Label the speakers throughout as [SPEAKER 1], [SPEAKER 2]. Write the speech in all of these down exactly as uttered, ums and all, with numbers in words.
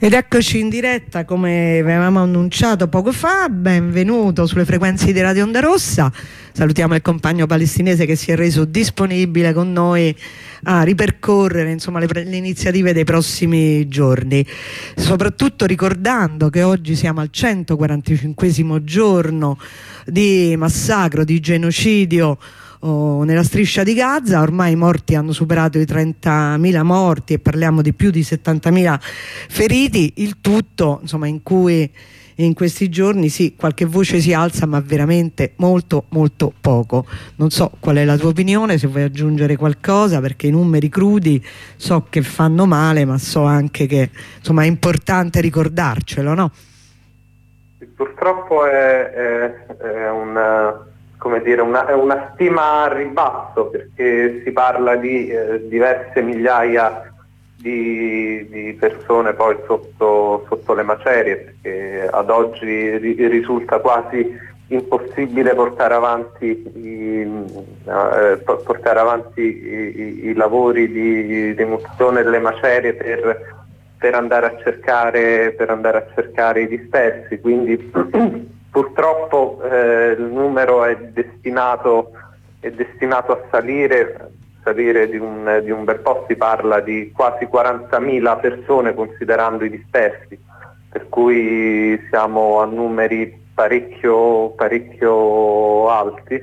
[SPEAKER 1] Ed eccoci in diretta come avevamo annunciato poco fa. Benvenuto sulle frequenze di Radio Onda Rossa. Salutiamo il compagno palestinese che si è reso disponibile con noi a ripercorrere insomma le, le iniziative dei prossimi giorni, soprattutto ricordando che oggi siamo al centoquarantacinquesimo giorno di massacro, di genocidio Oh, nella striscia di Gaza. Ormai i morti hanno superato i trentamila morti e parliamo di più di settantamila feriti, il tutto insomma in cui in questi giorni sì, qualche voce si alza, ma veramente molto molto poco. Non so qual è la tua opinione, se vuoi aggiungere qualcosa, perché i numeri crudi so che fanno male, ma so anche che insomma è importante ricordarcelo, no?
[SPEAKER 2] Purtroppo è, è, è una come dire, una, è una stima a ribasso, perché si parla di eh, diverse migliaia di, di persone poi sotto, sotto le macerie, perché ad oggi ri, risulta quasi impossibile portare avanti i, eh, portare avanti i, i, i lavori di rimozione delle macerie per, per andare a cercare per andare a cercare i dispersi, quindi purtroppo eh, il numero è destinato, è destinato a salire, salire di un, di un bel po', si parla di quasi quarantamila persone considerando i dispersi, per cui siamo a numeri parecchio, parecchio alti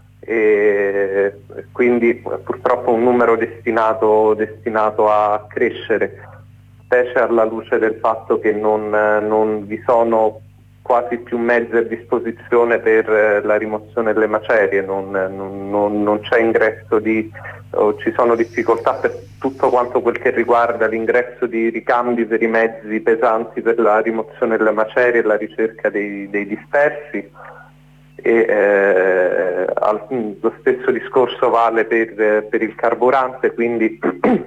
[SPEAKER 2] e quindi purtroppo un numero destinato, destinato a crescere, specie alla luce del fatto che non, non vi sono quasi più mezzi a disposizione per eh, la rimozione delle macerie, non, non, non, non c'è ingresso di, oh, ci sono difficoltà per tutto quanto quel che riguarda l'ingresso di ricambi per i mezzi pesanti per la rimozione delle macerie e la ricerca dei, dei dispersi, e eh, al, lo stesso discorso vale per, per il carburante, quindi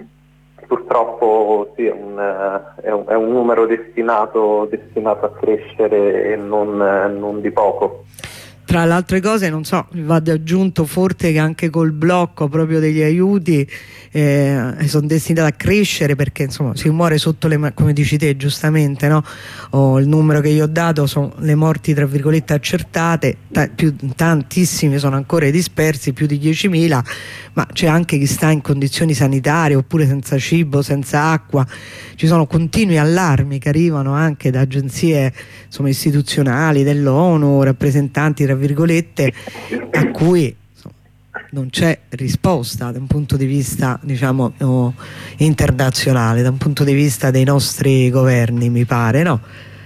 [SPEAKER 2] purtroppo sì, è un, è, un, è un numero destinato, destinato a crescere e non, non di poco.
[SPEAKER 1] Tra le altre cose, non so, va aggiunto forte che anche col blocco proprio degli aiuti eh, sono destinati a crescere, perché insomma si muore sotto le, come dici te giustamente, no? Oh, il numero che io ho dato sono le morti tra virgolette accertate, più, tantissimi sono ancora i dispersi, più di diecimila, ma c'è anche chi sta in condizioni sanitarie oppure senza cibo, senza acqua. Ci sono continui allarmi che arrivano anche da agenzie insomma istituzionali, dell'ONU, rappresentanti tra virgolette, a cui insomma, non c'è risposta da un punto di vista diciamo oh, internazionale, da un punto di vista dei nostri governi, mi pare, no?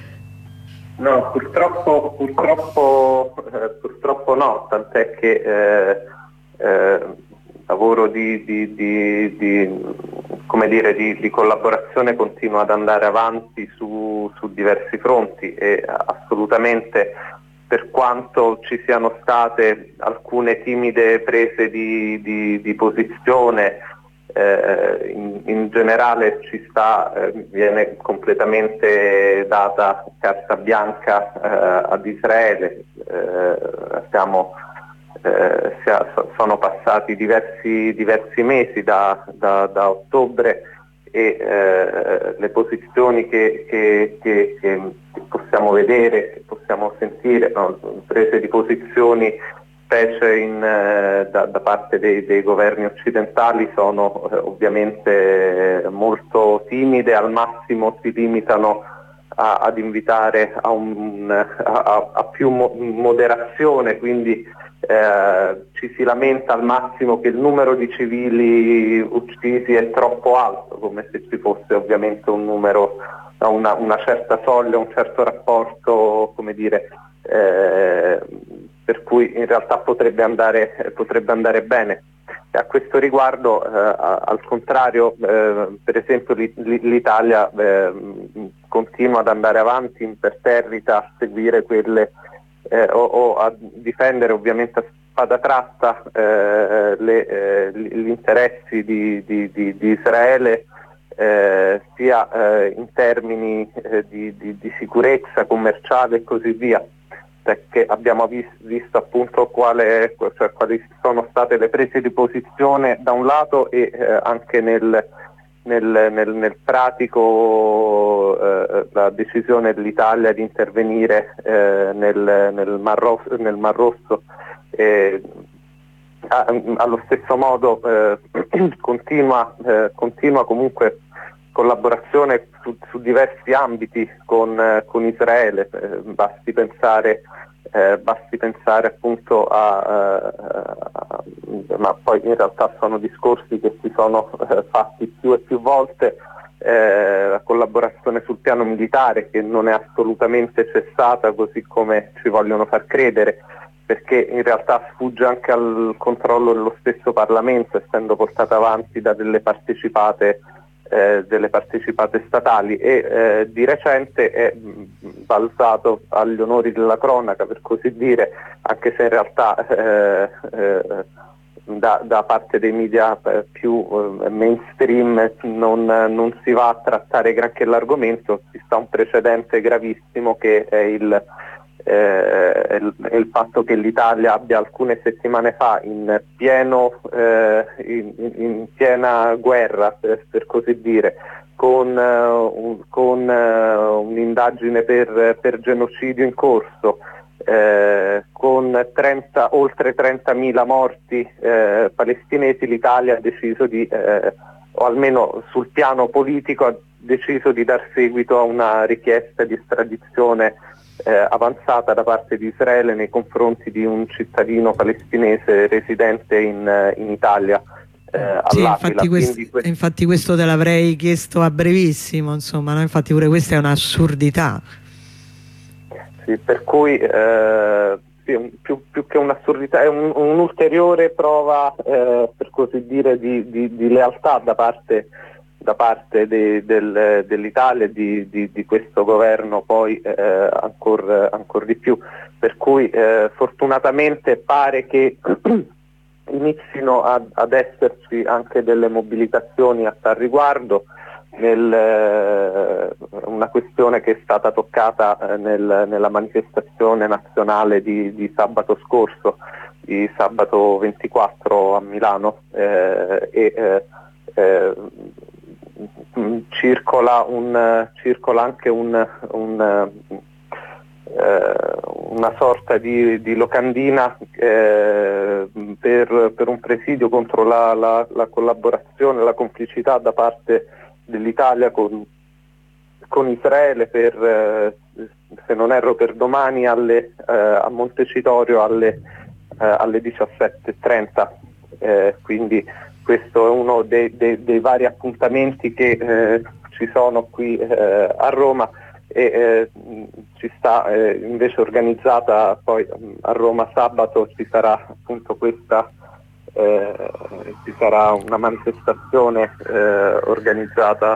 [SPEAKER 2] No, purtroppo purtroppo, eh, purtroppo no, tant'è che eh, eh, lavoro di, di, di, di, come dire, di, di collaborazione continua ad andare avanti su, su diversi fronti, e assolutamente, per quanto ci siano state alcune timide prese di, di, di posizione, eh, in, in generale ci sta, eh, viene completamente data carta bianca eh, ad Israele. Eh, siamo Eh, sono passati diversi, diversi mesi da, da, da ottobre e eh, le posizioni che, che, che, che possiamo vedere, che possiamo sentire, no, prese di posizioni specie in, eh, da, da parte dei, dei governi occidentali sono eh, ovviamente molto timide, al massimo si limitano a, ad invitare a, un, a, a più mo moderazione, quindi Eh, ci si lamenta al massimo che il numero di civili uccisi è troppo alto, come se ci fosse ovviamente un numero, una, una certa soglia, un certo rapporto, come dire, eh, per cui in realtà potrebbe andare, potrebbe andare bene. E a questo riguardo, eh, al contrario, eh, per esempio l'Italia eh, continua ad andare avanti imperterrita a seguire quelle Eh, o, o a difendere ovviamente a spada tratta eh, le, eh, gli interessi di, di, di, di Israele, eh, sia eh, in termini eh, di, di, di sicurezza commerciale e così via, perché abbiamo vis visto appunto quale, cioè, quali sono state le prese di posizione da un lato e eh, anche nel, nel, nel, nel pratico eh, la decisione dell'Italia di intervenire eh, nel, nel, Mar Rosso, nel Mar Rosso eh, a, allo stesso modo eh, continua, eh, continua comunque collaborazione su, su diversi ambiti con, eh, con Israele, eh, basti pensare Eh, basti pensare appunto a, a, a, ma poi in realtà sono discorsi che si sono eh, fatti più e più volte, eh, la collaborazione sul piano militare che non è assolutamente cessata così come ci vogliono far credere, perché in realtà sfugge anche al controllo dello stesso Parlamento, essendo portata avanti da delle partecipate Eh, delle partecipate statali e eh, di recente è mh, balzato agli onori della cronaca, per così dire, anche se in realtà eh, eh, da, da parte dei media eh, più eh, mainstream non, non si va a trattare granché l'argomento. Ci sta un precedente gravissimo che è il Eh, il, il fatto che l'Italia abbia alcune settimane fa in pieno eh, in, in piena guerra per, per così dire con, uh, un, con uh, un'indagine per, per genocidio in corso eh, con trenta, oltre trentamila morti eh, palestinesi, l'Italia ha deciso di eh, o almeno sul piano politico ha deciso di dar seguito a una richiesta di estradizione Eh, avanzata da parte di Israele nei confronti di un cittadino palestinese residente in, in Italia, eh,
[SPEAKER 1] sì,
[SPEAKER 2] all'Aquila.
[SPEAKER 1] Infatti, quest
[SPEAKER 2] que
[SPEAKER 1] infatti questo te l'avrei chiesto a brevissimo, insomma, no? Infatti pure questa è un'assurdità.
[SPEAKER 2] Sì, per cui eh, sì, un, più, più che un'assurdità è un'ulteriore un prova, eh, per così dire, di, di, di lealtà da parte da parte de, del, dell'Italia e di, di, di questo governo poi eh, ancora ancor di più, per cui eh, fortunatamente pare che inizino ad, ad esserci anche delle mobilitazioni a tal riguardo, nel, eh, una questione che è stata toccata eh, nel, nella manifestazione nazionale di, di sabato scorso, di sabato ventiquattro a Milano, eh, e eh, eh, Circola, un, circola anche un, un, eh, una sorta di, di locandina eh, per, per un presidio contro la, la, la collaborazione, la complicità da parte dell'Italia con, con Israele per, eh, se non erro per domani alle, eh, a Montecitorio alle, eh, alle diciassette e trenta, eh, quindi questo è uno dei, dei, dei vari appuntamenti che eh, ci sono qui eh, a Roma e eh, ci sta eh, invece organizzata poi a Roma sabato ci sarà appunto questa eh, ci sarà una manifestazione eh, organizzata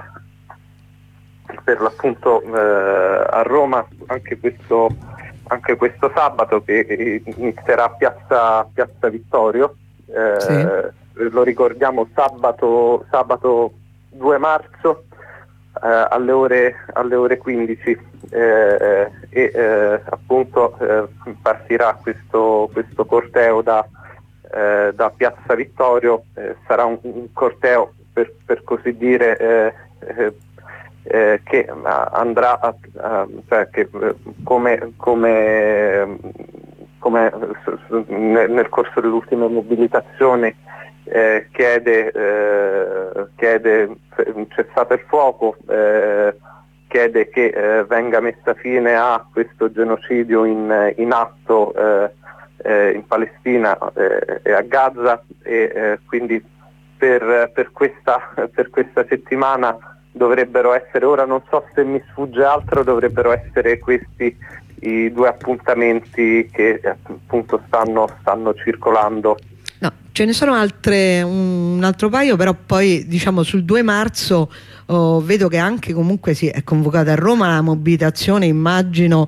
[SPEAKER 2] per l'appunto eh, a Roma anche questo, anche questo sabato, che inizierà a Piazza, Piazza Vittorio. Eh, sì. Lo ricordiamo sabato, sabato due marzo eh, alle, ore, alle ore quindici eh, e eh, appunto eh, partirà questo, questo corteo da, eh, da Piazza Vittorio, eh, sarà un, un corteo per, per così dire eh, eh, eh, che andrà a, a, cioè che come, come, come nel corso dell'ultima mobilitazione Eh, chiede, eh, chiede un cessato il fuoco, eh, chiede che eh, venga messa fine a questo genocidio in, in atto eh, eh, in Palestina eh, e a Gaza e eh, quindi per, per, questa, per questa settimana dovrebbero essere, ora non so se mi sfugge altro, dovrebbero essere questi i due appuntamenti che appunto stanno, stanno circolando.
[SPEAKER 1] No, ce ne sono altre, un altro paio, però poi diciamo sul due marzo oh, vedo che anche comunque si è convocata a Roma la mobilitazione, immagino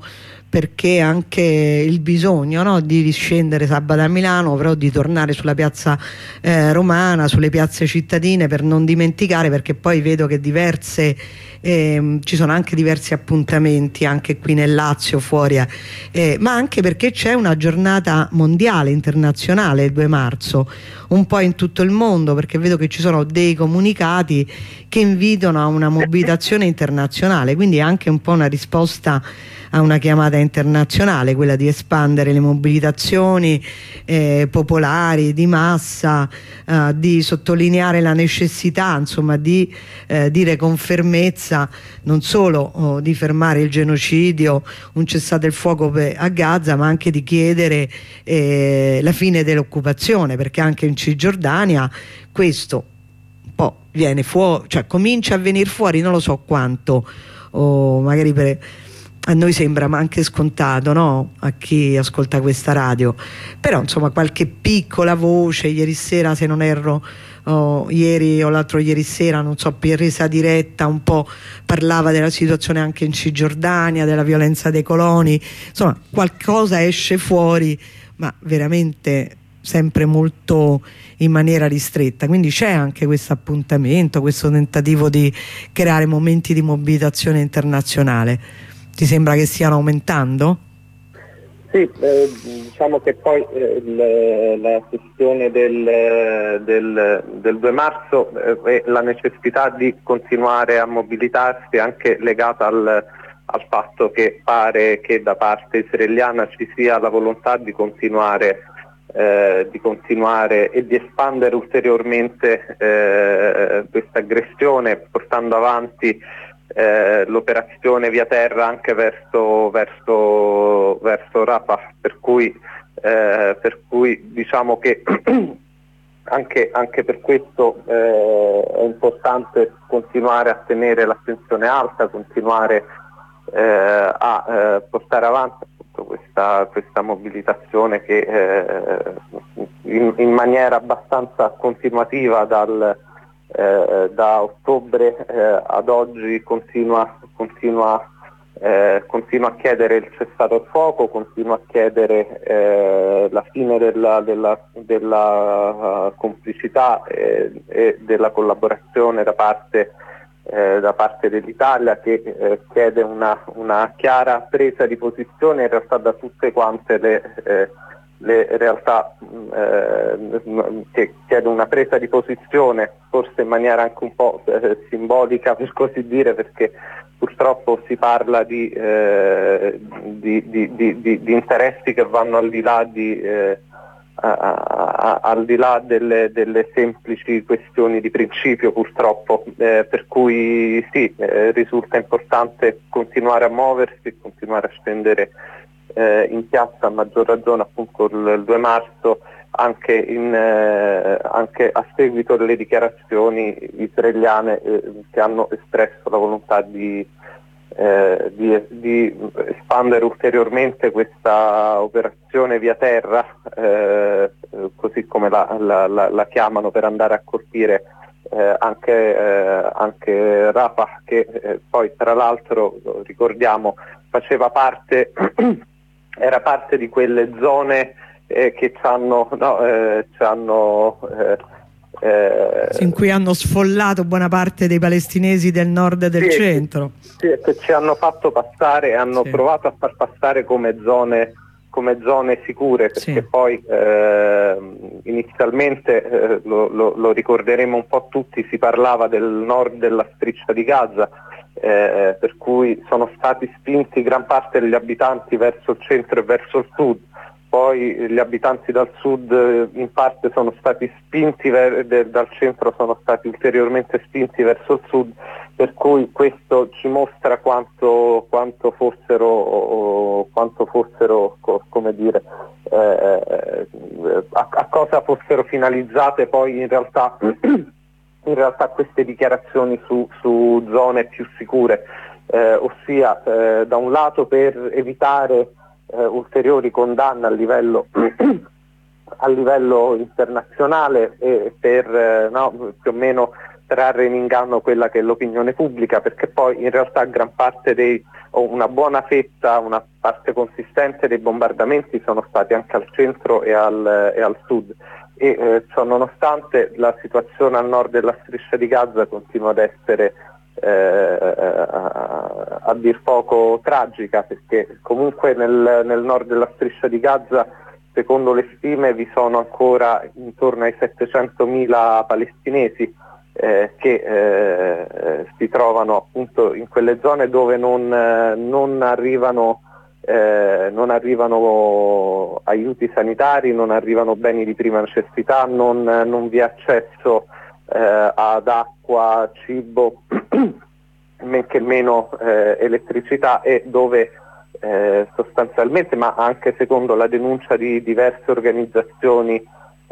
[SPEAKER 1] perché anche il bisogno, no, di riscendere sabato a Milano, però di tornare sulla piazza eh, romana, sulle piazze cittadine, per non dimenticare, perché poi vedo che diverse eh, ci sono anche diversi appuntamenti anche qui nel Lazio, fuori eh, ma anche perché c'è una giornata mondiale internazionale il due marzo, un po' in tutto il mondo, perché vedo che ci sono dei comunicati che invitano a una mobilitazione internazionale, quindi è anche un po' una risposta a una chiamata internazionale, quella di espandere le mobilitazioni eh, popolari di massa, eh, di sottolineare la necessità, insomma, di eh, dire con fermezza non solo oh, di fermare il genocidio, un cessate il fuoco a Gaza, ma anche di chiedere eh, la fine dell'occupazione, perché anche in Cisgiordania questo un po' viene fuori, cioè comincia a venire fuori, non lo so quanto, o magari per a noi sembra anche scontato, no? A chi ascolta questa radio, però insomma qualche piccola voce. Ieri sera, se non erro, oh, ieri o l'altro ieri sera, non so, per resa diretta un po' parlava della situazione anche in Cisgiordania, della violenza dei coloni, insomma qualcosa esce fuori, ma veramente sempre molto in maniera ristretta, quindi c'è anche questo appuntamento, questo tentativo di creare momenti di mobilitazione internazionale. Ti sembra che stiano aumentando?
[SPEAKER 2] Sì, eh, diciamo che poi eh, le, la questione del, del, del due marzo e eh, la necessità di continuare a mobilitarsi è anche legata al, al fatto che pare che da parte israeliana ci sia la volontà di continuare, eh, di continuare e di espandere ulteriormente eh, questa aggressione, portando avanti Eh, l'operazione via terra anche verso, verso, verso Rafah, per cui, eh, per cui diciamo che anche, anche per questo eh, è importante continuare a tenere l'attenzione alta, continuare eh, a eh, portare avanti appunto questa, questa mobilitazione che eh, in, in maniera abbastanza continuativa dal Eh, da ottobre eh, ad oggi continua, continua, eh, continua a chiedere il cessato il fuoco, continua a chiedere eh, la fine della, della, della uh, complicità e, e della collaborazione da parte, eh, da parte dell'Italia, che eh, chiede una, una chiara presa di posizione in realtà da tutte quante le eh, le realtà, eh, che chiede una presa di posizione forse in maniera anche un po' eh, simbolica, per così dire, perché purtroppo si parla di, eh, di, di, di, di, di interessi che vanno al di là di eh, a, a, al di là delle, delle semplici questioni di principio, purtroppo, eh, per cui sì, eh, risulta importante continuare a muoversi, continuare a scendere Eh, in piazza, a maggior ragione appunto il, il due marzo, anche, in, eh, anche a seguito delle dichiarazioni israeliane eh, che hanno espresso la volontà di, eh, di, di espandere ulteriormente questa operazione via terra, eh, così come la, la, la, la chiamano, per andare a colpire eh, anche, eh, anche Rafah, che eh, poi tra l'altro, ricordiamo, faceva parte era parte di quelle zone eh, che c'hanno, no, eh, c'hanno eh, eh,
[SPEAKER 1] in cui hanno sfollato buona parte dei palestinesi del nord e del
[SPEAKER 2] sì,
[SPEAKER 1] centro.
[SPEAKER 2] Sì, che ci hanno fatto passare, hanno sì. provato a far passare come zone, come zone sicure, perché sì. poi eh, inizialmente, eh, lo, lo, lo ricorderemo un po' tutti, si parlava del nord della striscia di Gaza, Eh, per cui sono stati spinti gran parte degli abitanti verso il centro e verso il sud, poi gli abitanti dal sud eh, in parte sono stati spinti ver- de- dal centro, sono stati ulteriormente spinti verso il sud, per cui questo ci mostra quanto, quanto fossero, o, quanto fossero co- come dire, eh, a-, a cosa fossero finalizzate poi in realtà in realtà queste dichiarazioni su, su zone più sicure, eh, ossia eh, da un lato per evitare eh, ulteriori condanne a livello, a livello internazionale e per eh, no, più o meno trarre in inganno quella che è l'opinione pubblica, perché poi in realtà gran parte dei, una buona fetta, una parte consistente dei bombardamenti sono stati anche al centro e al, e al sud, e eh, ciò nonostante la situazione al nord della striscia di Gaza continua ad essere eh, a, a dir poco tragica, perché comunque nel, nel nord della striscia di Gaza, secondo le stime, vi sono ancora intorno ai settecentomila palestinesi eh, che eh, si trovano appunto in quelle zone dove non, eh, non arrivano Eh, non arrivano aiuti sanitari, non arrivano beni di prima necessità, non, non vi è accesso eh, ad acqua, cibo, men che meno eh, elettricità, e dove eh, sostanzialmente, ma anche secondo la denuncia di diverse organizzazioni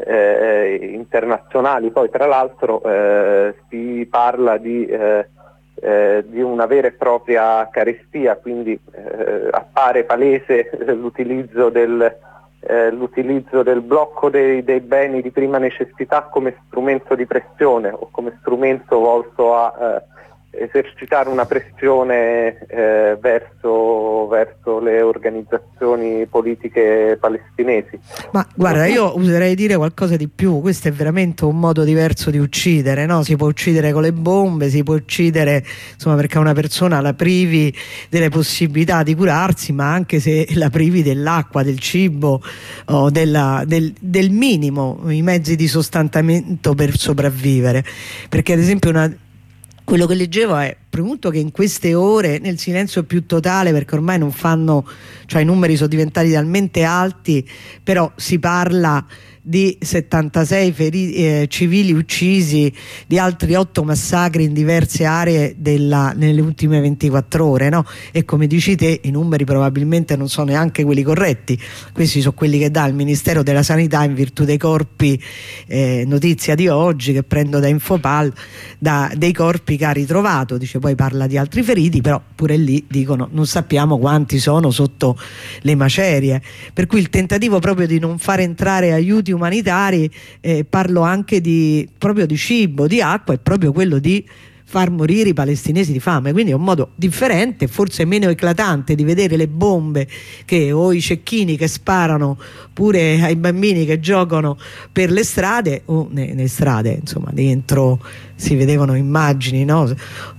[SPEAKER 2] eh, internazionali, poi tra l'altro eh, si parla di eh, Eh, di una vera e propria carestia, quindi eh, appare palese l'utilizzo del, eh, l'utilizzo del blocco dei, dei beni di prima necessità come strumento di pressione o come strumento volto a eh, esercitare una pressione eh, verso, verso le organizzazioni politiche palestinesi.
[SPEAKER 1] Ma guarda, io userei dire qualcosa di più. Questo è veramente un modo diverso di uccidere, no? Si può uccidere con le bombe, si può uccidere, insomma, perché una persona la privi delle possibilità di curarsi, ma anche se la privi dell'acqua, del cibo o della, del, del minimo, i mezzi di sostentamento per sopravvivere. Perché ad esempio una quello che leggevo è premuto che in queste ore, nel silenzio più totale, perché ormai non fanno, cioè i numeri sono diventati talmente alti, però si parla di settantasei feri, eh, civili uccisi, di altri otto massacri in diverse aree della, nelle ultime ventiquattro ore, no? E come dici te, i numeri probabilmente non sono neanche quelli corretti, questi sono quelli che dà il Ministero della Sanità in virtù dei corpi, eh, notizia di oggi che prendo da Infopal, da, dei corpi che ha ritrovato, dice, poi parla di altri feriti, però pure lì dicono non sappiamo quanti sono sotto le macerie, per cui il tentativo proprio di non far entrare aiuti umanitari, eh, parlo anche di, proprio di cibo, di acqua, è proprio quello di far morire i palestinesi di fame. Quindi è un modo differente, forse meno eclatante, di vedere le bombe che, o i cecchini che sparano pure ai bambini che giocano per le strade o ne, nelle strade, insomma, dentro si vedevano immagini, no?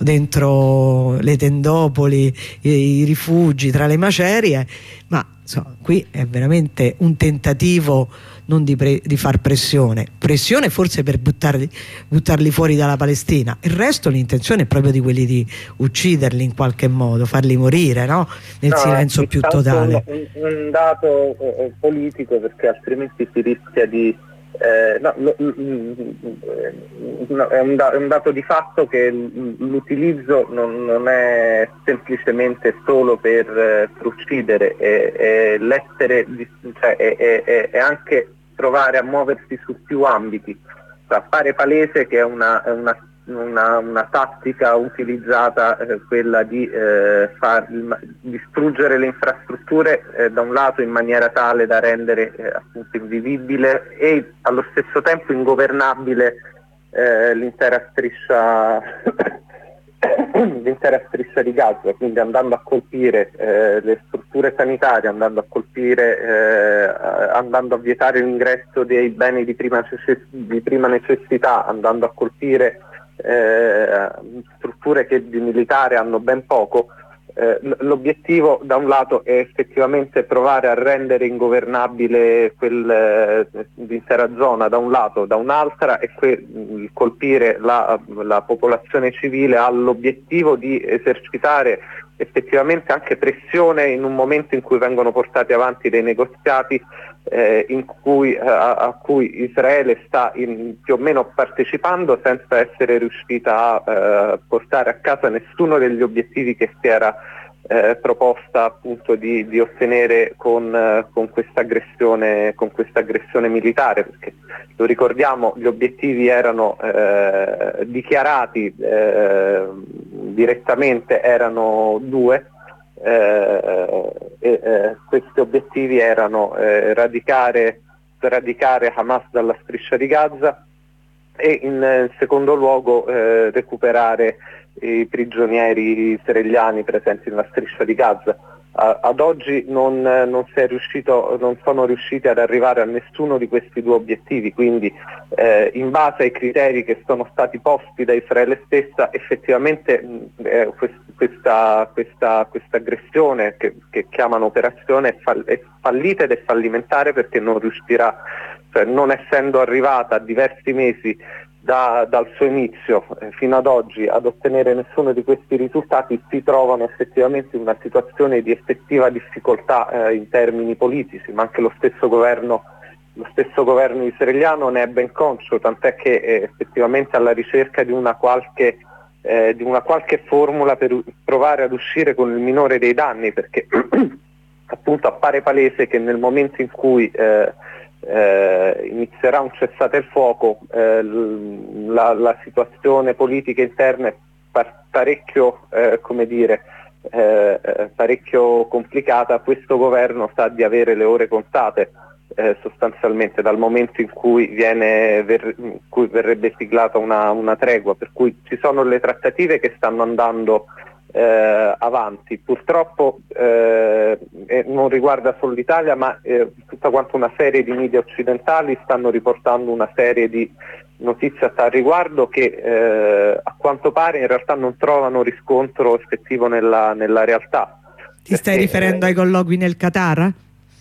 [SPEAKER 1] Dentro le tendopoli, i, i rifugi, tra le macerie, ma insomma, qui è veramente un tentativo non di, pre, di far pressione, pressione forse per buttarli, buttarli fuori dalla Palestina, il resto l'intenzione è proprio di quelli di ucciderli in qualche modo, farli morire, no? Nel
[SPEAKER 2] no,
[SPEAKER 1] più più totale.
[SPEAKER 2] Un, un dato eh, politico, perché altrimenti si rischia di eh, no, lo, no, è, un da, è un dato di fatto che l'utilizzo non, non è semplicemente solo per, per uccidere, è, è l'essere, cioè è, è, è anche provare a muoversi su più ambiti. Appare palese che è una, una, una, una tattica utilizzata, eh, quella di eh, far distruggere le infrastrutture eh, da un lato in maniera tale da rendere eh, appunto invivibile e allo stesso tempo ingovernabile eh, l'intera striscia l'intera striscia di Gaza, quindi andando a colpire eh, le strutture sanitarie, andando a colpire, eh, andando a vietare l'ingresso dei beni di prima, di prima necessità, andando a colpire eh, strutture che di militare hanno ben poco. Eh, l'obiettivo da un lato è effettivamente provare a rendere ingovernabile quel, eh, l'intera zona da un lato, da un'altra è que- colpire la, la popolazione civile ha l'obiettivo di esercitare effettivamente anche pressione in un momento in cui vengono portati avanti dei negoziati eh, in cui, a, a cui Israele sta in, più o meno partecipando senza essere riuscita a eh, portare a casa nessuno degli obiettivi che si era eh, proposta appunto di, di ottenere con, eh, con questa aggressione, con questa aggressione militare, perché lo ricordiamo gli obiettivi erano eh, dichiarati eh, direttamente, erano due. Eh, e, eh, questi obiettivi erano eh, radicare, radicare Hamas dalla striscia di Gaza e in eh, secondo luogo eh, recuperare i prigionieri israeliani presenti nella striscia di Gaza. Uh, ad oggi non, non, si è riuscito, non sono riusciti ad arrivare a nessuno di questi due obiettivi, quindi eh, in base ai criteri che sono stati posti da Israele stessa, effettivamente eh, questa, questa, questa aggressione che, che chiamano operazione è, fall- è fallita ed è fallimentare, perché non riuscirà, cioè non essendo arrivata a diversi mesi Da, dal suo inizio eh, fino ad oggi ad ottenere nessuno di questi risultati, si trovano effettivamente in una situazione di effettiva difficoltà eh, in termini politici, ma anche lo stesso governo lo stesso governo israeliano ne è ben conscio, tant'è che è effettivamente alla ricerca di una qualche eh, di una qualche formula per provare ad uscire con il minore dei danni, perché appunto appare palese che nel momento in cui eh, Eh, inizierà un cessate il fuoco, eh, la, la situazione politica interna è par- parecchio, eh, come dire, eh, parecchio complicata. Questo governo sa di avere le ore contate, eh, sostanzialmente dal momento in cui, viene, ver- in cui verrebbe siglata una, una tregua, per cui ci sono le trattative che stanno andando Eh, avanti. Purtroppo eh, non riguarda solo l'Italia, ma eh, tutta quanta una serie di media occidentali stanno riportando una serie di notizie a tal riguardo che eh, a quanto pare in realtà non trovano riscontro effettivo nella, nella realtà.
[SPEAKER 1] Ti stai
[SPEAKER 2] Perché,
[SPEAKER 1] riferendo
[SPEAKER 2] eh,
[SPEAKER 1] ai colloqui nel Qatar?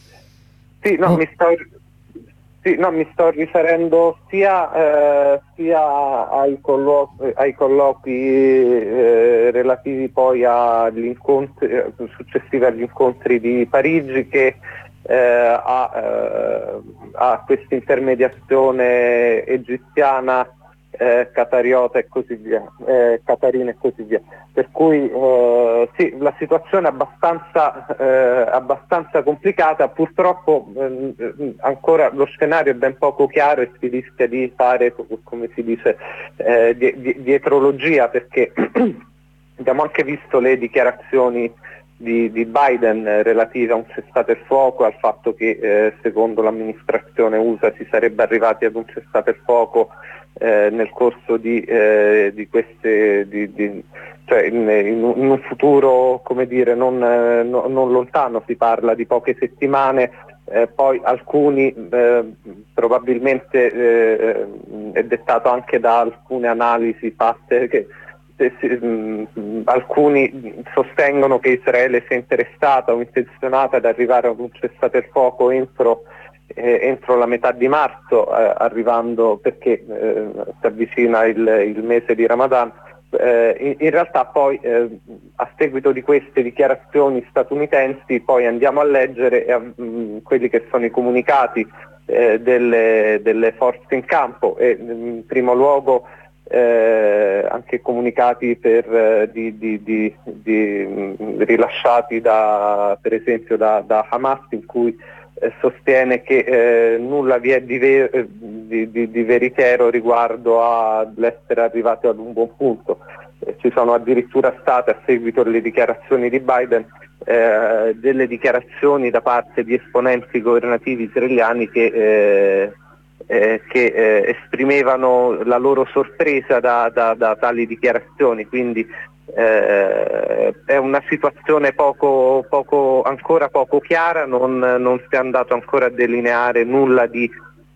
[SPEAKER 2] Sì, no,
[SPEAKER 1] Oh.
[SPEAKER 2] mi sto Sì, no, mi sto riferendo sia, eh, sia ai colloqui, ai colloqui eh, relativi poi agli incontri, eh, successivi agli incontri di Parigi, che eh, a, eh, a questa intermediazione egiziana, eh, qatariota e così via, eh, qatarina e così via. Per cui eh, sì, la situazione è abbastanza, eh, abbastanza complicata, purtroppo eh, ancora lo scenario è ben poco chiaro e si rischia di fare, come si dice, eh, di, di, dietrologia, perché abbiamo anche visto le dichiarazioni di, di Biden relative a un cessate il fuoco, al fatto che eh, secondo l'amministrazione U S A si sarebbe arrivati ad un cessate il fuoco eh, nel corso di, eh, di queste di, di, cioè in, in un futuro, come dire, non, eh, no, non lontano, si parla di poche settimane. Eh, poi alcuni eh, probabilmente eh, è dettato anche da alcune analisi fatte che eh, si, mh, alcuni sostengono che Israele sia interessata o intenzionata ad arrivare ad un cessate il fuoco entro Eh, entro la metà di marzo, eh, arrivando perché eh, si avvicina il, il mese di Ramadan. Eh, in, in realtà poi eh, a seguito di queste dichiarazioni statunitensi poi andiamo a leggere eh, mh, quelli che sono i comunicati eh, delle, delle forze in campo, e in primo luogo eh, anche comunicati per, eh, di, di, di, di, mh, rilasciati da, per esempio da, da Hamas, in cui Eh, sostiene che eh, nulla vi è di, ver- di, di, di veritiero riguardo all'essere arrivati ad un buon punto. Eh, ci sono addirittura state, a seguito delle dichiarazioni di Biden, eh, delle dichiarazioni da parte di esponenti governativi israeliani che, eh, eh, che eh, esprimevano la loro sorpresa da, da, da tali dichiarazioni. Quindi Eh, è una situazione poco, poco, ancora poco chiara, non, non si è andato ancora a delineare nulla di,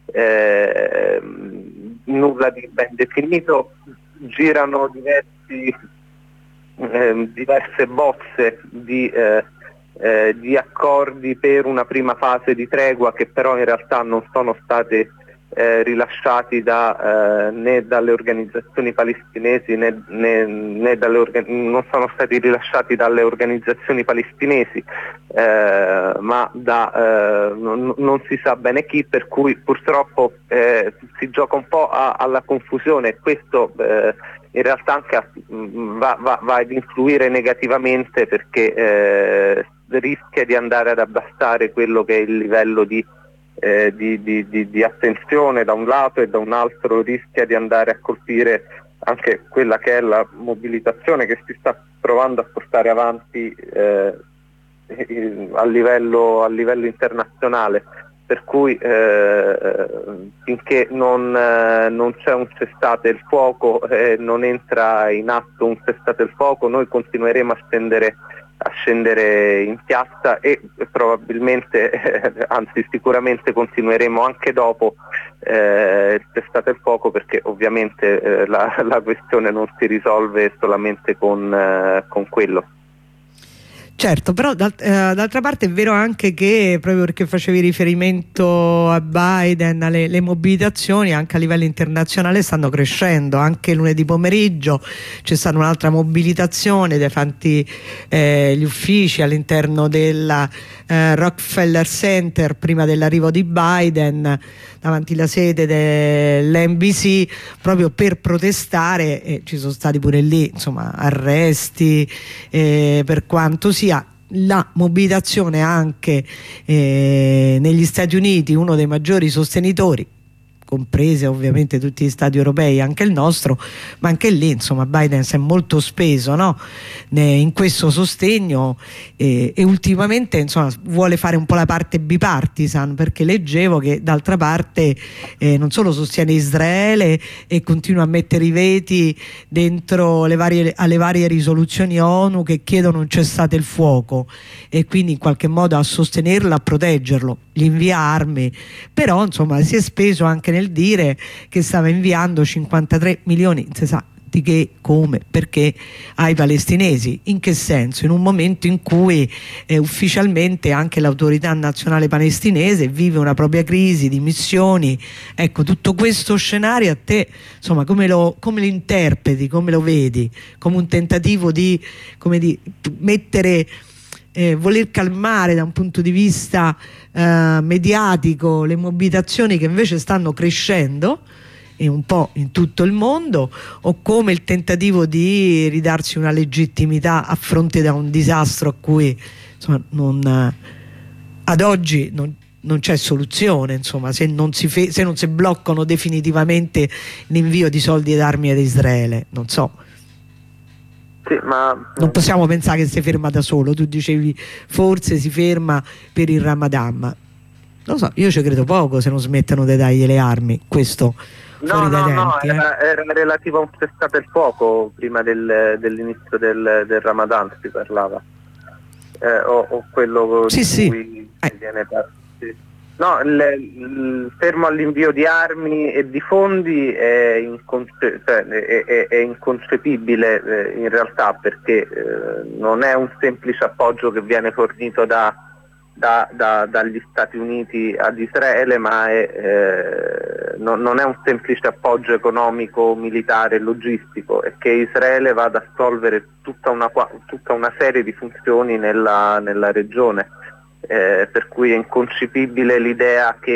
[SPEAKER 2] eh, nulla di ben definito. Girano diversi, eh, diverse bozze di, eh, eh, di accordi per una prima fase di tregua, che però in realtà non sono state Eh, rilasciati da, eh, né dalle organizzazioni palestinesi né, né, né dalle orga- non sono stati rilasciati dalle organizzazioni palestinesi, eh, ma da eh, non, non si sa bene chi, per cui purtroppo eh, si gioca un po' a, alla confusione, e questo eh, in realtà anche a, va, va, va ad influire negativamente, perché eh, rischia di andare ad abbassare quello che è il livello di Eh, di, di, di, di attenzione da un lato, e da un altro rischia di andare a colpire anche quella che è la mobilitazione che si sta provando a portare avanti eh, a livello, a livello internazionale, per cui eh, finché non, eh, non c'è un cessate il fuoco, eh, non entra in atto un cessate il fuoco, noi continueremo a scendere, a scendere in piazza e probabilmente, eh, anzi sicuramente continueremo anche dopo eh, il cessate il fuoco, perché ovviamente eh, la, la questione non si risolve solamente con, eh, con quello.
[SPEAKER 1] Certo, però d'alt- eh, d'altra parte è vero anche che, proprio perché facevi riferimento a Biden, alle le mobilitazioni anche a livello internazionale stanno crescendo. Anche lunedì pomeriggio c'è stata un'altra mobilitazione dei tanti eh, gli uffici all'interno del eh, Rockefeller Center prima dell'arrivo di Biden, davanti alla sede dell'N B C, proprio per protestare, e ci sono stati pure lì insomma arresti, eh, per quanto sia la mobilitazione anche eh, negli Stati Uniti, uno dei maggiori sostenitori, comprese ovviamente tutti gli stati europei, anche il nostro, ma anche lì insomma Biden si è molto speso, no? in questo sostegno, eh, e ultimamente insomma vuole fare un po' la parte bipartisan, perché leggevo che d'altra parte eh, non solo sostiene Israele e continua a mettere i veti dentro le varie, alle varie risoluzioni ONU che chiedono un cessate il fuoco, e quindi in qualche modo a sostenerlo, a proteggerlo, gli invia armi, però insomma si è speso anche nel dire che stava inviando cinquantatré milioni, non si sa di che, come, perché, ai palestinesi. In che senso? In un momento in cui eh, ufficialmente anche l'autorità nazionale palestinese vive una propria crisi di missioni. Ecco, tutto questo scenario a te insomma come lo, come lo interpreti, come lo vedi? Come un tentativo di, come di mettere Eh, voler calmare da un punto di vista eh, mediatico le mobilitazioni che invece stanno crescendo e un po' in tutto il mondo, o come il tentativo di ridarsi una legittimità a fronte da un disastro a cui insomma, non, ad oggi non, non c'è soluzione, insomma, se non, si fe se non si bloccano definitivamente l'invio di soldi ed armi ad Israele, non so.
[SPEAKER 2] Sì, ma
[SPEAKER 1] non possiamo pensare che si ferma da solo. Tu dicevi forse si ferma per il Ramadan, ma non lo so, io ci credo poco se non smettono di dargli le armi, questo
[SPEAKER 2] no,
[SPEAKER 1] fuori dai
[SPEAKER 2] no,
[SPEAKER 1] tempi,
[SPEAKER 2] no,
[SPEAKER 1] eh.
[SPEAKER 2] era, era relativo a un cessate il fuoco prima del, dell'inizio del, del Ramadan si parlava, eh, o, o quello
[SPEAKER 1] sì,
[SPEAKER 2] di
[SPEAKER 1] sì.
[SPEAKER 2] cui
[SPEAKER 1] eh.
[SPEAKER 2] viene parlato. No, il, il fermo all'invio di armi e di fondi è, inconce cioè, è, è, è inconcepibile eh, in realtà, perché eh, non è un semplice appoggio che viene fornito da, da, da, dagli Stati Uniti ad Israele, ma è, eh, non, non è un semplice appoggio economico, militare, logistico, è che Israele va ad assolvere tutta una, tutta una serie di funzioni nella, nella regione. Eh, per cui è inconcepibile l'idea che,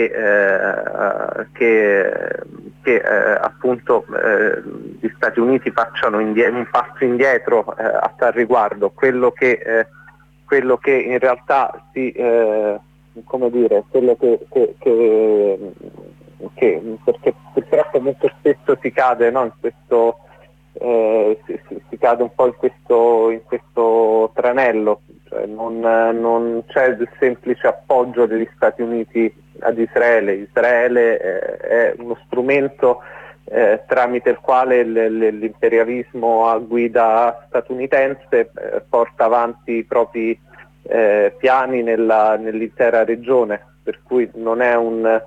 [SPEAKER 2] eh, che, che eh, appunto eh, gli Stati Uniti facciano un passo indietro eh, a tal riguardo. Quello che, eh, quello che in realtà si, eh, come dire, quello che, che, che, che perché purtroppo molto spesso si cade, no, in questo eh, si, si, si cade un po' in questo, in questo tranello. Cioè non, non c'è il semplice appoggio degli Stati Uniti ad Israele. Israele eh, è uno strumento eh, tramite il quale l'imperialismo a guida statunitense eh, porta avanti i propri eh, piani nella, nell'intera regione, per cui non è un,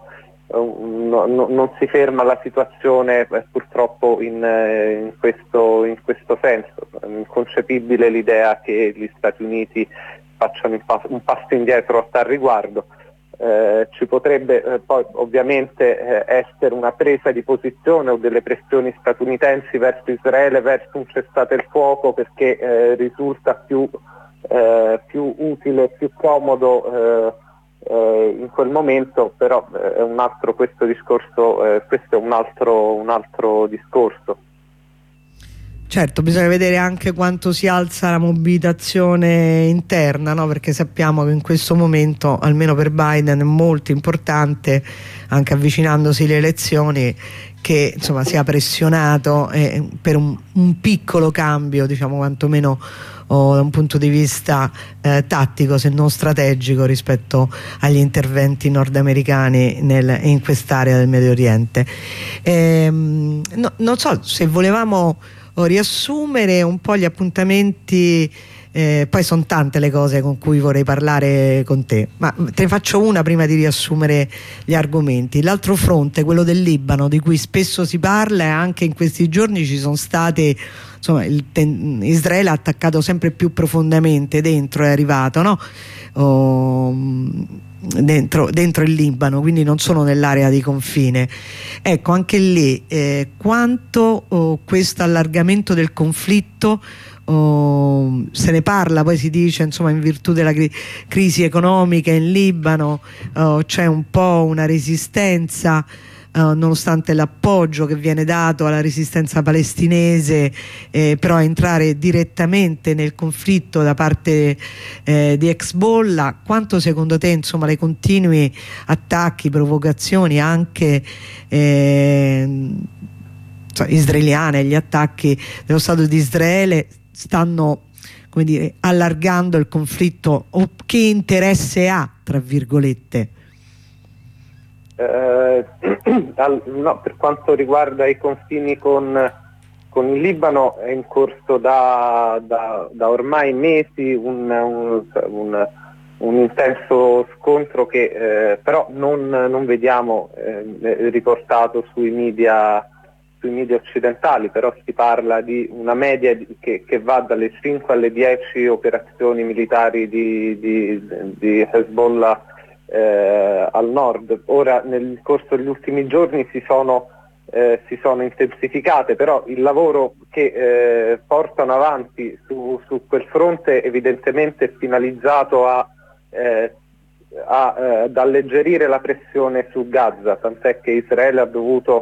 [SPEAKER 2] un no, no, non si ferma la situazione eh, purtroppo in, eh, in, questo, in questo senso. È inconcepibile l'idea che gli Stati Uniti facciano un passo, un passo indietro a tal riguardo. Eh, ci potrebbe eh, poi ovviamente eh, essere una presa di posizione o delle pressioni statunitensi verso Israele, verso un cessate il fuoco, perché eh, risulta più, eh, più utile, più comodo eh, eh, in quel momento, però eh, è un altro questo discorso, eh, questo è un altro, un altro discorso.
[SPEAKER 1] Certo, bisogna vedere anche quanto si alza la mobilitazione interna, no? Perché sappiamo che in questo momento, almeno per Biden, è molto importante, anche avvicinandosi le elezioni, che insomma sia pressionato eh, per un, un piccolo cambio, diciamo quantomeno oh, da un punto di vista eh, tattico, se non strategico, rispetto agli interventi nordamericani nel, in quest'area del Medio Oriente. Ehm, no, non so se volevamo riassumere un po' gli appuntamenti, eh, poi sono tante le cose con cui vorrei parlare con te, ma te ne faccio una prima di riassumere gli argomenti. L'altro fronte, quello del Libano, di cui spesso si parla, e anche in questi giorni ci sono state, insomma, il Israele ha attaccato sempre più profondamente dentro, è arrivato, no? Oh, Dentro, dentro il Libano, quindi non solo nell'area di confine. Ecco, anche lì eh, quanto oh, questo allargamento del conflitto oh, se ne parla, poi si dice, insomma, in virtù della cri crisi economica in Libano oh, c'è un po' una resistenza, Uh, nonostante l'appoggio che viene dato alla resistenza palestinese, eh, però entrare direttamente nel conflitto da parte eh, di Hezbollah. Quanto secondo te, insomma, le continui attacchi, provocazioni anche eh, israeliane, gli attacchi dello Stato di Israele stanno, come dire, allargando il conflitto, o che interesse ha, tra virgolette?
[SPEAKER 2] Eh, no, per quanto riguarda i confini con, con il Libano è in corso da, da, da ormai mesi un, un, un, un intenso scontro che eh, però non, non vediamo eh, riportato sui media, sui media occidentali, però si parla di una media di, che, che va dalle cinque alle dieci operazioni militari di, di, di Hezbollah Eh, al nord. Ora nel corso degli ultimi giorni si sono, eh, si sono intensificate, però il lavoro che eh, portano avanti su, su quel fronte evidentemente è finalizzato a, eh, a eh, ad alleggerire la pressione su Gaza, tant'è che Israele ha dovuto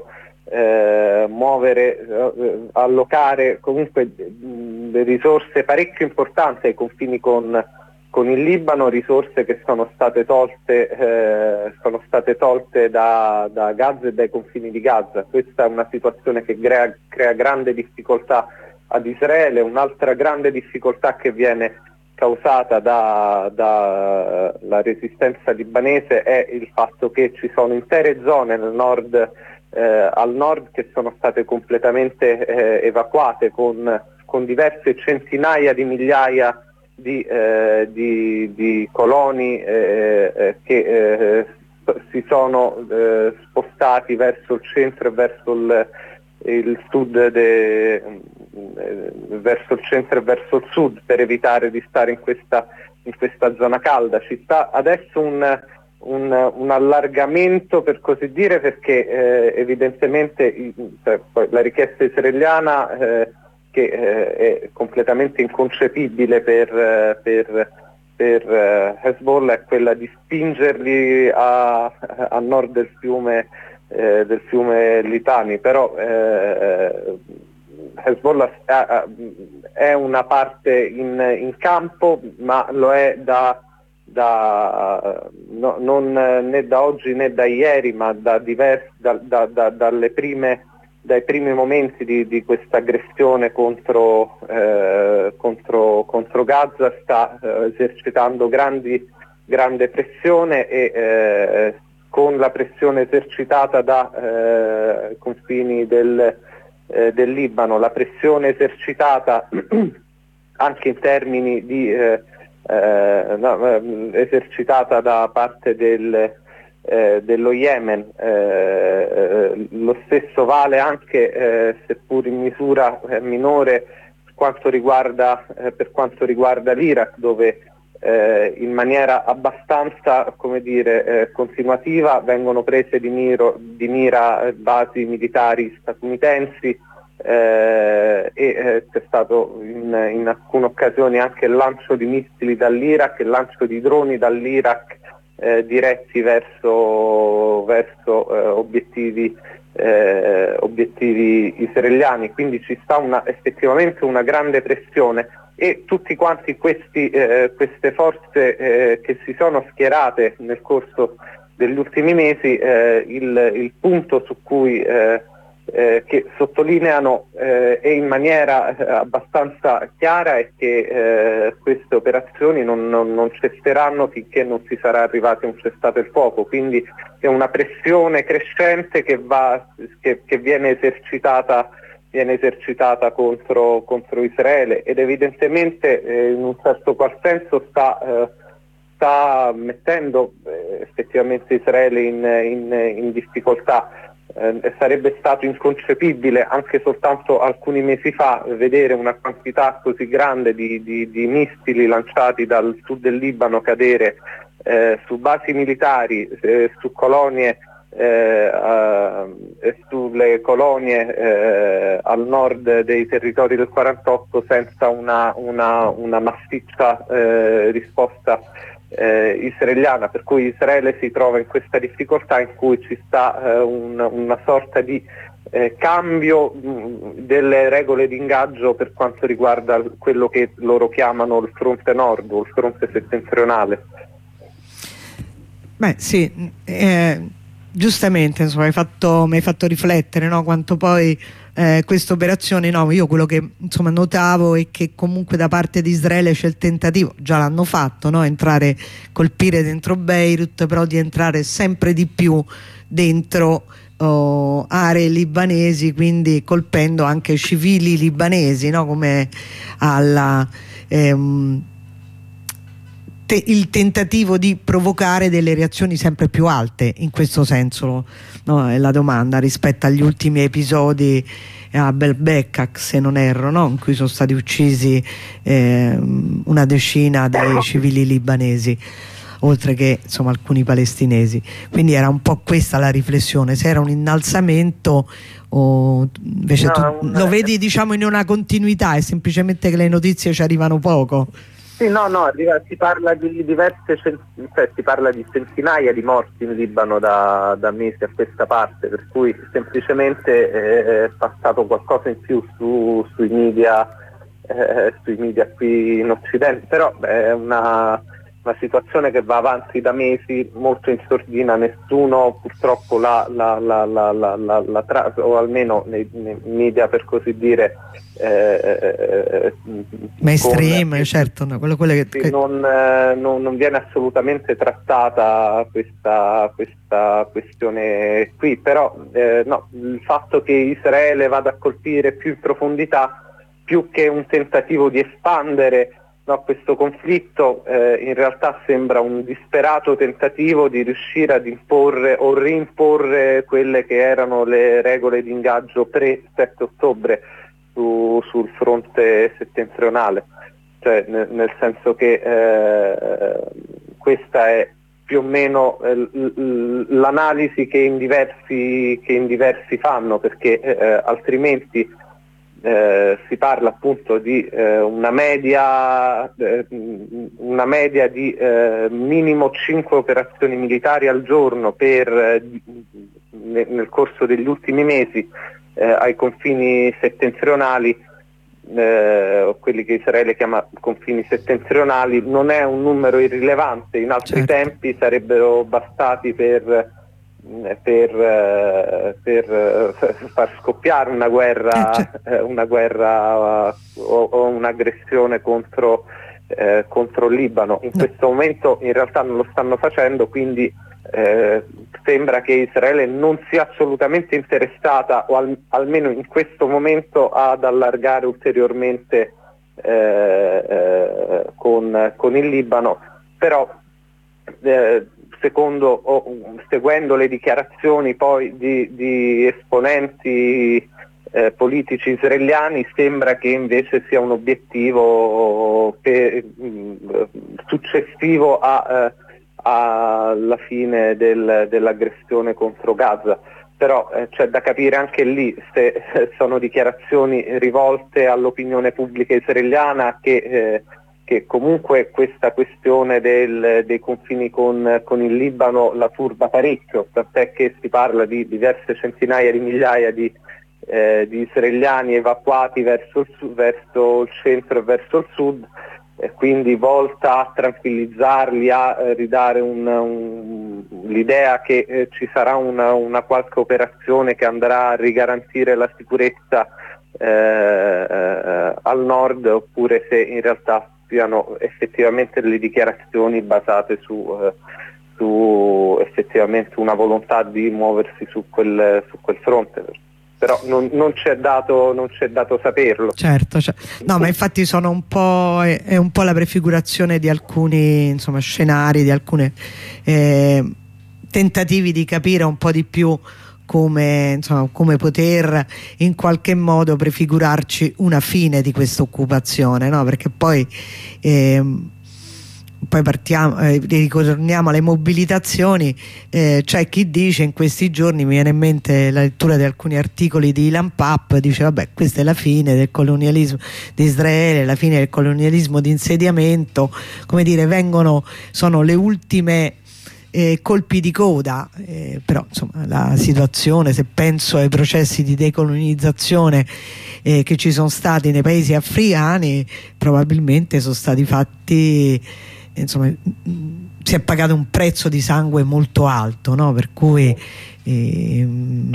[SPEAKER 2] eh, muovere, eh, allocare comunque mh, risorse parecchio importanti ai confini con con il Libano, risorse che sono state tolte, eh, sono state tolte da, da Gaza e dai confini di Gaza. Questa è una situazione che crea, crea grande difficoltà ad Israele. Un'altra grande difficoltà che viene causata dalla da, uh, resistenza libanese è il fatto che ci sono intere zone nel nord, eh, al nord che sono state completamente eh, evacuate con, con diverse centinaia di migliaia Di, eh, di, di coloni eh, eh, che eh, si sono eh, spostati verso il centro e verso il, il sud de, eh, verso il centro e verso il sud per evitare di stare in questa, in questa zona calda. Ci sta adesso un, un, un allargamento, per così dire, perché eh, evidentemente cioè, la richiesta israeliana eh, che eh, è completamente inconcepibile per, eh, per, per eh, Hezbollah, è quella di spingerli a, a nord del fiume, eh, del fiume Litani, però eh, Hezbollah è una parte in, in campo, ma lo è da, da no, non né da oggi né da ieri, ma da diversi, da, da, da, dalle prime dai primi momenti di, di questa aggressione contro, eh, contro, contro Gaza. Sta eh, esercitando grandi, grande pressione e eh, con la pressione esercitata da eh, confini del, eh, del Libano, la pressione esercitata anche in termini di eh, eh, no, esercitata da parte del Eh, dello Yemen, eh, eh, lo stesso vale anche, eh, seppur in misura eh, minore, per quanto riguarda, eh, per quanto riguarda l'Iraq, dove eh, in maniera abbastanza, come dire, eh, continuativa vengono prese di, miro, di mira basi militari statunitensi eh, e eh, c'è stato in, in alcune occasioni anche il lancio di missili dall'Iraq, il lancio di droni dall'Iraq Eh, diretti verso, verso eh, obiettivi eh, obiettivi israeliani, quindi ci sta una, effettivamente una grande pressione, e tutti quanti questi, eh, queste forze eh, che si sono schierate nel corso degli ultimi mesi, eh, il, il punto su cui eh, eh, che sottolineano eh, e in maniera eh, abbastanza chiara è che eh, queste operazioni non, non, non cesseranno finché non si sarà arrivati a un cessate il fuoco, quindi è una pressione crescente che, va, che, che viene esercitata viene esercitata contro, contro Israele, ed evidentemente eh, in un certo qual senso sta, eh, sta mettendo eh, effettivamente Israele in, in, in difficoltà. Eh, sarebbe stato inconcepibile anche soltanto alcuni mesi fa vedere una quantità così grande di, di, di missili lanciati dal sud del Libano cadere eh, su basi militari, eh, su colonie Eh, uh, sulle colonie eh, al nord dei territori del quarantotto senza una, una, una massiccia eh, risposta eh, israeliana, per cui Israele si trova in questa difficoltà in cui ci sta eh, un, una sorta di eh, cambio mh, delle regole di ingaggio per quanto riguarda quello che loro chiamano il fronte nord o il fronte settentrionale.
[SPEAKER 1] Beh sì, eh... giustamente, insomma, hai fatto, mi hai fatto riflettere, no? Quanto poi eh, queste operazioni, no? Io quello che insomma notavo è che comunque da parte di Israele c'è il tentativo, già l'hanno fatto, no? Entrare, colpire dentro Beirut, però di entrare sempre di più dentro oh, aree libanesi, quindi colpendo anche civili libanesi, no? Come alla... Ehm, Te, il tentativo di provocare delle reazioni sempre più alte, in questo senso, no, è la domanda rispetto agli ultimi episodi a Belbecca, se non erro, no? In cui sono stati uccisi eh, una decina dei civili libanesi, oltre che insomma alcuni palestinesi. Quindi era un po' questa la riflessione, se era un innalzamento o invece no, tu lo vedi diciamo in una continuità, è semplicemente che le notizie ci arrivano poco.
[SPEAKER 2] Sì, no, no, si parla di diverse, cioè si parla di centinaia di morti in Libano da, da mesi a questa parte, per cui semplicemente è passato qualcosa in più su, sui media, eh, sui media qui in Occidente, però beh, è una, una situazione che va avanti da mesi, molto in sordina, nessuno purtroppo la, la, la, la, la, la, la tra, o almeno nei, nei media per così dire, Eh,
[SPEAKER 1] mainstream, con, certo, no, quello, quello che, che...
[SPEAKER 2] Non, eh, non, non viene assolutamente trattata questa, questa questione qui, però eh, no, il fatto che Israele vada a colpire più in profondità, più che un tentativo di espandere no, questo conflitto, eh, in realtà sembra un disperato tentativo di riuscire ad imporre o rimporre quelle che erano le regole di ingaggio pre sette ottobre Su, sul fronte settentrionale, cioè nel, nel senso che eh, questa è più o meno eh, l'analisi che in diversi che in diversi fanno, perché eh, altrimenti eh, si parla appunto di eh, una media eh, una media di eh, minimo cinque operazioni militari al giorno per eh, nel, nel corso degli ultimi mesi Eh, ai confini settentrionali, eh, quelli che Israele chiama confini settentrionali, non è un numero irrilevante, in altri certo. tempi sarebbero bastati per, per, per, per far scoppiare una guerra, eh, certo. una guerra o, o un'aggressione contro, eh, contro il Libano. In no. questo momento in realtà non lo stanno facendo, quindi Eh, sembra che Israele non sia assolutamente interessata, o al, almeno in questo momento, ad allargare ulteriormente eh, eh, con, con il Libano, però eh, secondo o seguendo le dichiarazioni poi di, di esponenti eh, politici israeliani, sembra che invece sia un obiettivo per, mh, successivo a eh, alla fine del, dell'aggressione contro Gaza, però eh, c'è da capire anche lì se eh, sono dichiarazioni rivolte all'opinione pubblica israeliana che, eh, che comunque questa questione del, dei confini con, con il Libano la turba parecchio, tant'è che si parla di diverse centinaia di migliaia di, eh, di israeliani evacuati verso il, su, verso il centro e verso il sud, e quindi volta a tranquillizzarli, a eh, ridare un, un, l'idea che eh, ci sarà una, una qualche operazione che andrà a rigarantire la sicurezza eh, eh, al nord, oppure se in realtà siano effettivamente delle dichiarazioni basate su, eh, su effettivamente una volontà di muoversi su quel, su quel fronte. Però non, non c'è dato, non c'è dato saperlo.
[SPEAKER 1] Certo, cioè, no, ma infatti sono un po', è, è un po' la prefigurazione di alcuni, insomma, scenari, di alcuni eh, tentativi di capire un po' di più come, insomma, come poter in qualche modo prefigurarci una fine di questa occupazione, no? Perché poi eh, poi partiamo, eh, ritorniamo alle mobilitazioni. Eh, c'è chi dice, in questi giorni mi viene in mente la lettura di alcuni articoli di Ilan Pappé, dice vabbè, questa è la fine del colonialismo di Israele, la fine del colonialismo di insediamento, come dire, vengono, sono le ultime Eh, colpi di coda, eh, però insomma la situazione, se penso ai processi di decolonizzazione eh, che ci sono stati nei paesi africani, probabilmente sono stati fatti, insomma si è pagato un prezzo di sangue molto alto, no? Per cui eh,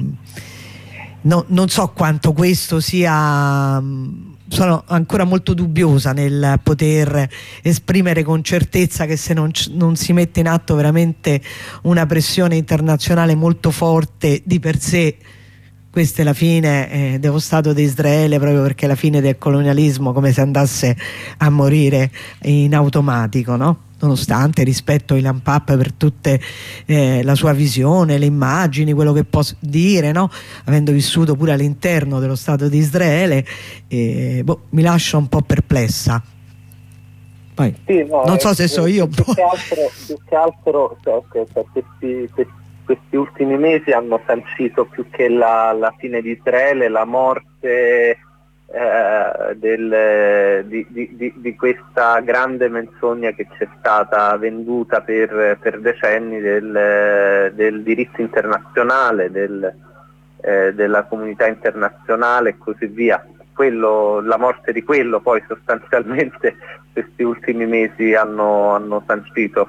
[SPEAKER 1] no, non so quanto questo sia, sono ancora molto dubbiosa nel poter esprimere con certezza che se non, non si mette in atto veramente una pressione internazionale molto forte, di per sé questa è la fine eh, dello Stato di Israele, proprio perché è la fine del colonialismo, come se andasse a morire in automatico, no? Nonostante rispetto a Ilan Pappé per tutta eh, la sua visione, le immagini, quello che può dire, no? Avendo vissuto pure all'interno dello Stato di Israele, eh, boh, mi lascia un po' perplessa. Poi, sì, no, non so se so io.
[SPEAKER 2] Più che altro, più che altro cioè, cioè, questi, questi, questi ultimi mesi hanno sancito più che la, la fine di Israele, la morte Eh, del, di, di, di questa grande menzogna che c'è stata venduta per, per decenni del, del diritto internazionale, del, eh, della comunità internazionale e così via. Quello, la morte di quello poi sostanzialmente questi ultimi mesi hanno, hanno sancito.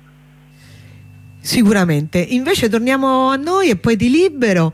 [SPEAKER 1] Sicuramente. Invece torniamo a noi e poi di Libero.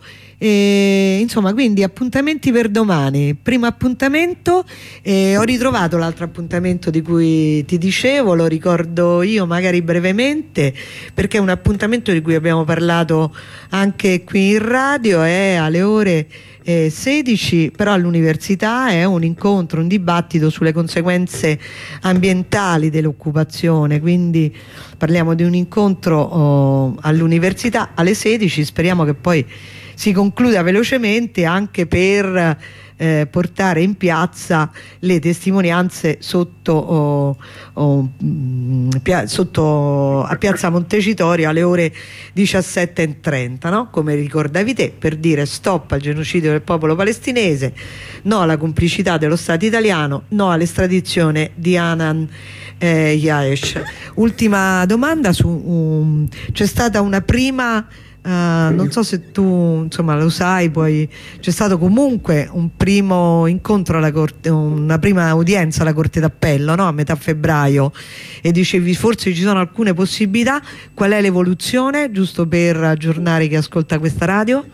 [SPEAKER 1] E, insomma, quindi appuntamenti per domani. Primo appuntamento, eh, ho ritrovato l'altro appuntamento di cui ti dicevo, lo ricordo io magari brevemente, perché è un appuntamento di cui abbiamo parlato anche qui in radio, è alle ore eh, sedici, però all'università è un incontro, un dibattito sulle conseguenze ambientali dell'occupazione, quindi parliamo di un incontro oh, all'università alle sedici, speriamo che poi si concluda velocemente, anche per eh, portare in piazza le testimonianze sotto, oh, oh, pia sotto a Piazza Montecitorio alle ore diciassette e trenta, no? Come ricordavi te, per dire stop al genocidio del popolo palestinese, no alla complicità dello Stato italiano, no all'estradizione di Hanan eh, Yaesh. Ultima domanda, su um, c'è stata una prima Uh, non so se tu insomma lo sai, poi c'è stato comunque un primo incontro alla corte, una prima udienza alla Corte d'Appello, no? A metà febbraio, e dicevi forse ci sono alcune possibilità. Qual è l'evoluzione, giusto per aggiornare chi ascolta questa radio?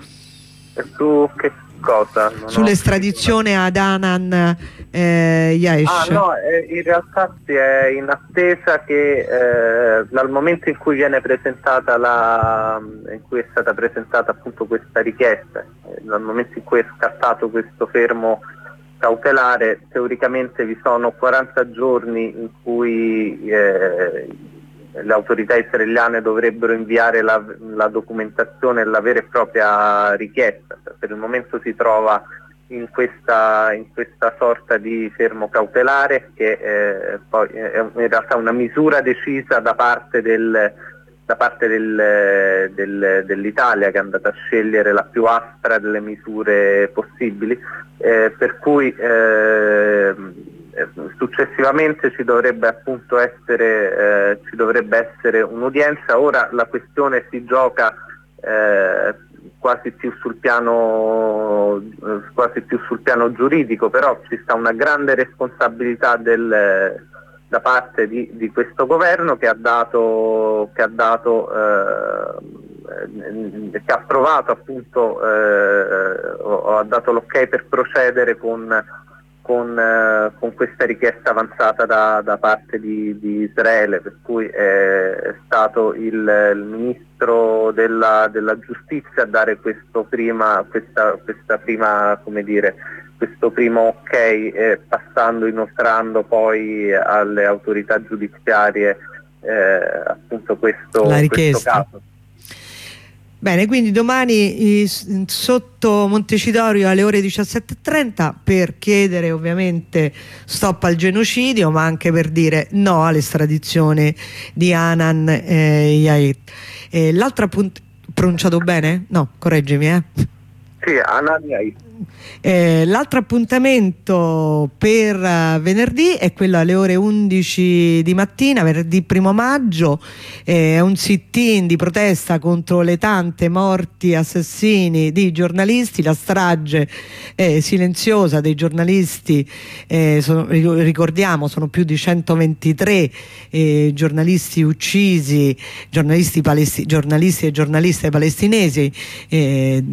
[SPEAKER 2] Su che cosa?
[SPEAKER 1] Sull'estradizione ad Hanan eh, Yaesh.
[SPEAKER 2] Ah no, eh, in realtà si è in attesa che eh, dal momento in cui viene presentata la in cui è stata presentata appunto questa richiesta, eh, dal momento in cui è scattato questo fermo cautelare, teoricamente vi sono quaranta giorni in cui eh, le autorità israeliane dovrebbero inviare la, la documentazione e la vera e propria richiesta. Per il momento si trova in questa, in questa sorta di fermo cautelare, che eh, poi è in realtà una misura decisa da parte del, da parte del, del, dell'Italia, che è andata a scegliere la più aspra delle misure possibili, eh, per cui eh, successivamente ci dovrebbe appunto essere, eh, ci dovrebbe essere un'udienza. Ora la questione si gioca eh, quasi più sul piano quasi più sul piano giuridico, però ci sta una grande responsabilità del, da parte di, di questo governo che ha dato che ha dato eh, che ha approvato appunto eh, o ha dato l'ok per procedere con Con, eh, con questa richiesta avanzata da, da parte di, di Israele, per cui è, è stato il, il ministro della, della giustizia a dare questo prima, questa, questa prima, come dire, questo primo ok, eh, passando, inoltrando poi alle autorità giudiziarie eh, appunto questo,
[SPEAKER 1] la
[SPEAKER 2] questo caso.
[SPEAKER 1] Bene, quindi domani sotto Montecitorio alle ore diciassette e trenta per chiedere ovviamente stop al genocidio, ma anche per dire no all'estradizione di Hanan eh, Yahit. Eh, l'altra appunto, pronunciato bene? No, correggimi eh.
[SPEAKER 2] Sì, Hanan Yahit.
[SPEAKER 1] Eh, l'altro appuntamento per uh, venerdì è quello alle ore undici di mattina, venerdì primo maggio, è eh, un sit-in di protesta contro le tante morti assassini di giornalisti, la strage eh, silenziosa dei giornalisti, eh, sono, ricordiamo sono più di centoventitré eh, giornalisti uccisi, giornalisti, palesti giornalisti e giornaliste palestinesi eh,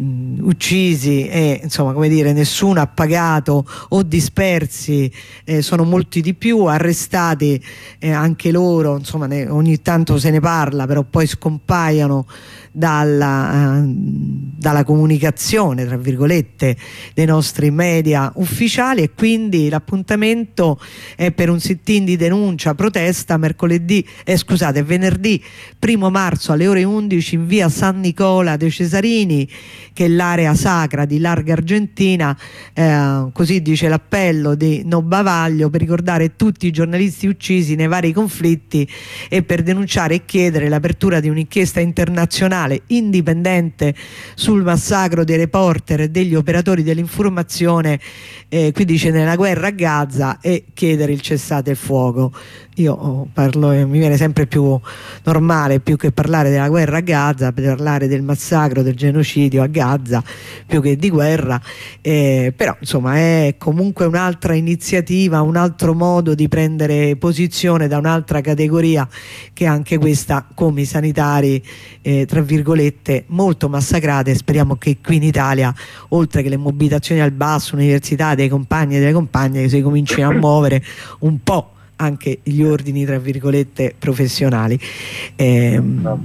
[SPEAKER 1] uccisi e insomma come dire nessuno ha pagato o dispersi, eh, sono molti di più, arrestati eh, anche loro, insomma ne, ogni tanto se ne parla, però poi scompaiono dalla, uh, dalla comunicazione tra virgolette dei nostri media ufficiali, e quindi l'appuntamento è per un sit-in di denuncia, protesta mercoledì, eh, scusate, venerdì primo marzo alle ore undici in via San Nicola dei Cesarini, che è l'area sacra di Larga Argentina, eh, così dice l'appello di No Bavaglio, per ricordare tutti i giornalisti uccisi nei vari conflitti e per denunciare e chiedere l'apertura di un'inchiesta internazionale indipendente sul massacro dei reporter e degli operatori dell'informazione, eh, qui dice nella guerra a Gaza, e chiedere il cessate il fuoco. Io oh, parlo, eh, mi viene sempre più normale, più che parlare della guerra a Gaza, per parlare del massacro, del genocidio a Gaza, più che di guerra, eh, però insomma è comunque un'altra iniziativa, un altro modo di prendere posizione da un'altra categoria, che anche questa come i sanitari eh, tra virgolette molto massacrate. Speriamo che qui in Italia, oltre che le mobilitazioni al basso, università, dei compagni e delle compagne, che si comincino a muovere un po' anche gli ordini tra virgolette professionali. Eh,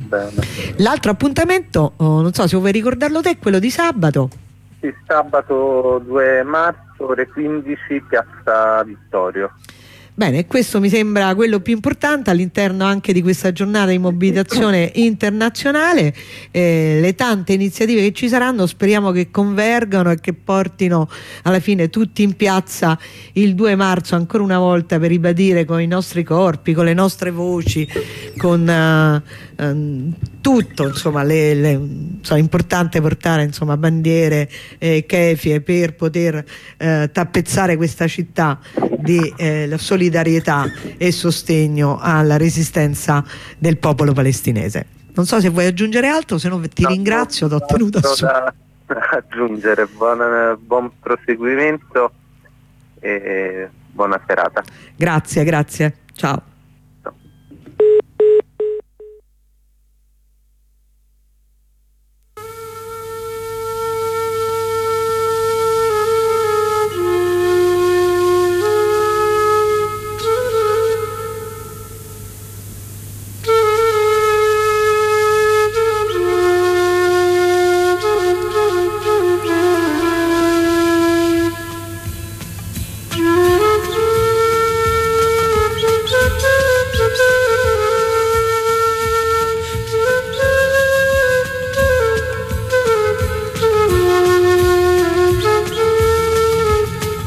[SPEAKER 1] l'altro appuntamento, oh, non so se vuoi ricordarlo te, quello di sabato.
[SPEAKER 2] Sì, sabato due marzo ore quindici, piazza Vittorio.
[SPEAKER 1] Bene, questo mi sembra quello più importante all'interno anche di questa giornata di mobilitazione internazionale. Eh, le tante iniziative che ci saranno speriamo che convergano e che portino alla fine tutti in piazza il due marzo, ancora una volta, per ribadire con i nostri corpi, con le nostre voci, con uh, um, tutto, insomma, le, le, insomma, è importante portare insomma bandiere, eh, kefie, per poter eh, tappezzare questa città di eh, la solidarietà e sostegno alla resistenza del popolo palestinese. Non so se vuoi aggiungere altro, se no ti no, ringrazio, ti ho tenuto a su.
[SPEAKER 2] Da aggiungere, buon, buon proseguimento e buona serata.
[SPEAKER 1] Grazie, grazie, ciao.